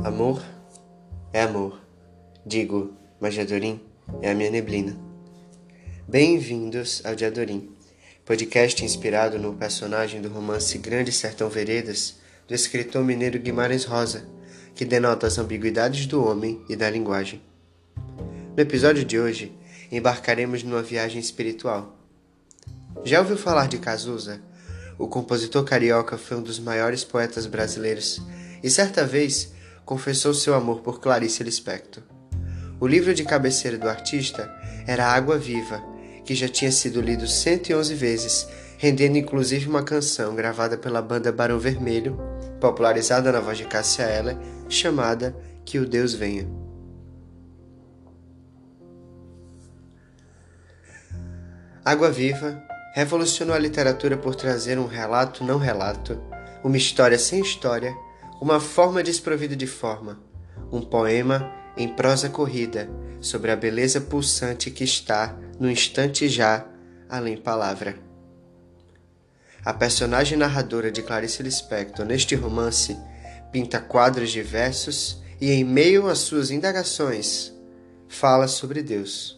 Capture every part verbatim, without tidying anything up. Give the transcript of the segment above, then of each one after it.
Amor é amor. Digo, mas Diadorim é a minha neblina. Bem-vindos ao Diadorim, podcast inspirado no personagem do romance Grande Sertão Veredas, do escritor mineiro Guimarães Rosa, que denota as ambiguidades do homem e da linguagem. No episódio de hoje, embarcaremos numa viagem espiritual. Já ouviu falar de Cazuza? O compositor carioca foi um dos maiores poetas brasileiros e certa vez confessou seu amor por Clarice Lispector. O livro de cabeceira do artista era Água Viva, que já tinha sido lido cento e onze vezes, rendendo inclusive uma canção gravada pela banda Barão Vermelho, popularizada na voz de Cássia Eller, chamada Que o Deus Venha. Água Viva revolucionou a literatura por trazer um relato não relato, uma história sem história, uma forma desprovida de forma, um poema em prosa corrida sobre a beleza pulsante que está, no instante já, além palavra. A personagem narradora de Clarice Lispector neste romance pinta quadros de versos e, em meio às suas indagações, fala sobre Deus.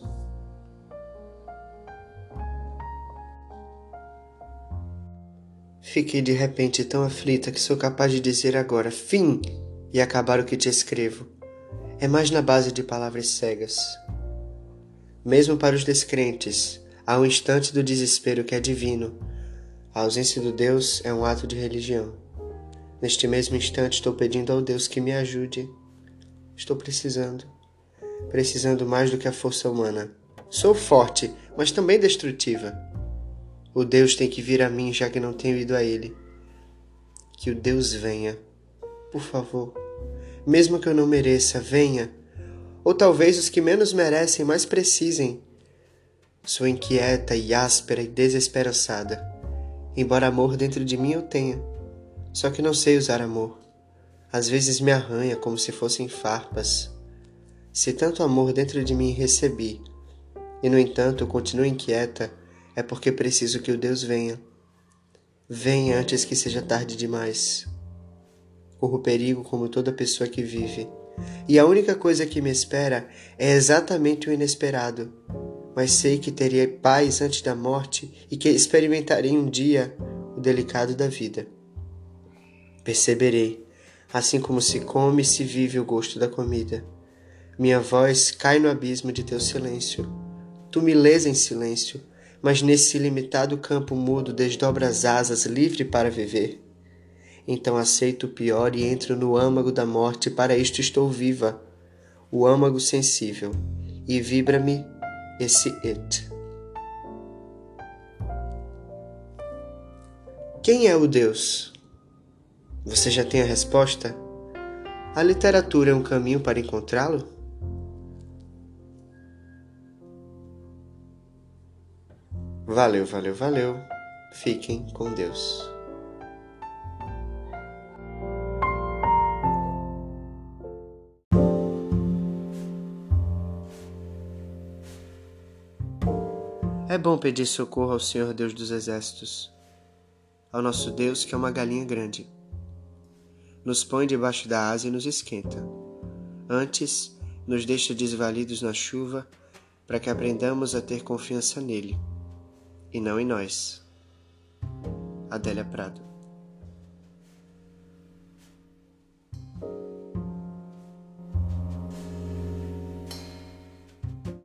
Fiquei de repente tão aflita que sou capaz de dizer agora fim e acabar o que te escrevo. É mais na base de palavras cegas. Mesmo para os descrentes, há um instante do desespero que é divino. A ausência do Deus é um ato de religião. Neste mesmo instante estou pedindo ao Deus que me ajude. Estou precisando. Precisando mais do que a força humana. Sou forte, mas também destrutiva. O Deus tem que vir a mim, já que não tenho ido a Ele. Que o Deus venha, por favor. Mesmo que eu não mereça, venha. Ou talvez os que menos merecem mais precisem. Sou inquieta e áspera e desesperançada. Embora amor dentro de mim eu tenha. Só que não sei usar amor. Às vezes me arranha como se fossem farpas. Se tanto amor dentro de mim recebi, e no entanto eu continuo inquieta, é porque preciso que o Deus venha. Venha antes que seja tarde demais. Corro perigo como toda pessoa que vive. E a única coisa que me espera é exatamente o inesperado. Mas sei que terei paz antes da morte e que experimentarei um dia o delicado da vida. Perceberei, assim como se come e se vive o gosto da comida. Minha voz cai no abismo de teu silêncio. Tu me lês em silêncio, mas nesse limitado campo mudo desdobra as asas livre para viver. Então aceito o pior e entro no âmago da morte, para isto estou viva, o âmago sensível, e vibra-me esse it. Quem é o Deus? Você já tem a resposta? A literatura é um caminho para encontrá-lo? Valeu, valeu, valeu. Fiquem com Deus. É bom pedir socorro ao Senhor Deus dos Exércitos, ao nosso Deus que é uma galinha grande. Nos põe debaixo da asa e nos esquenta. Antes, nos deixa desvalidos na chuva para que aprendamos a ter confiança nele. E não em nós. Adélia Prado.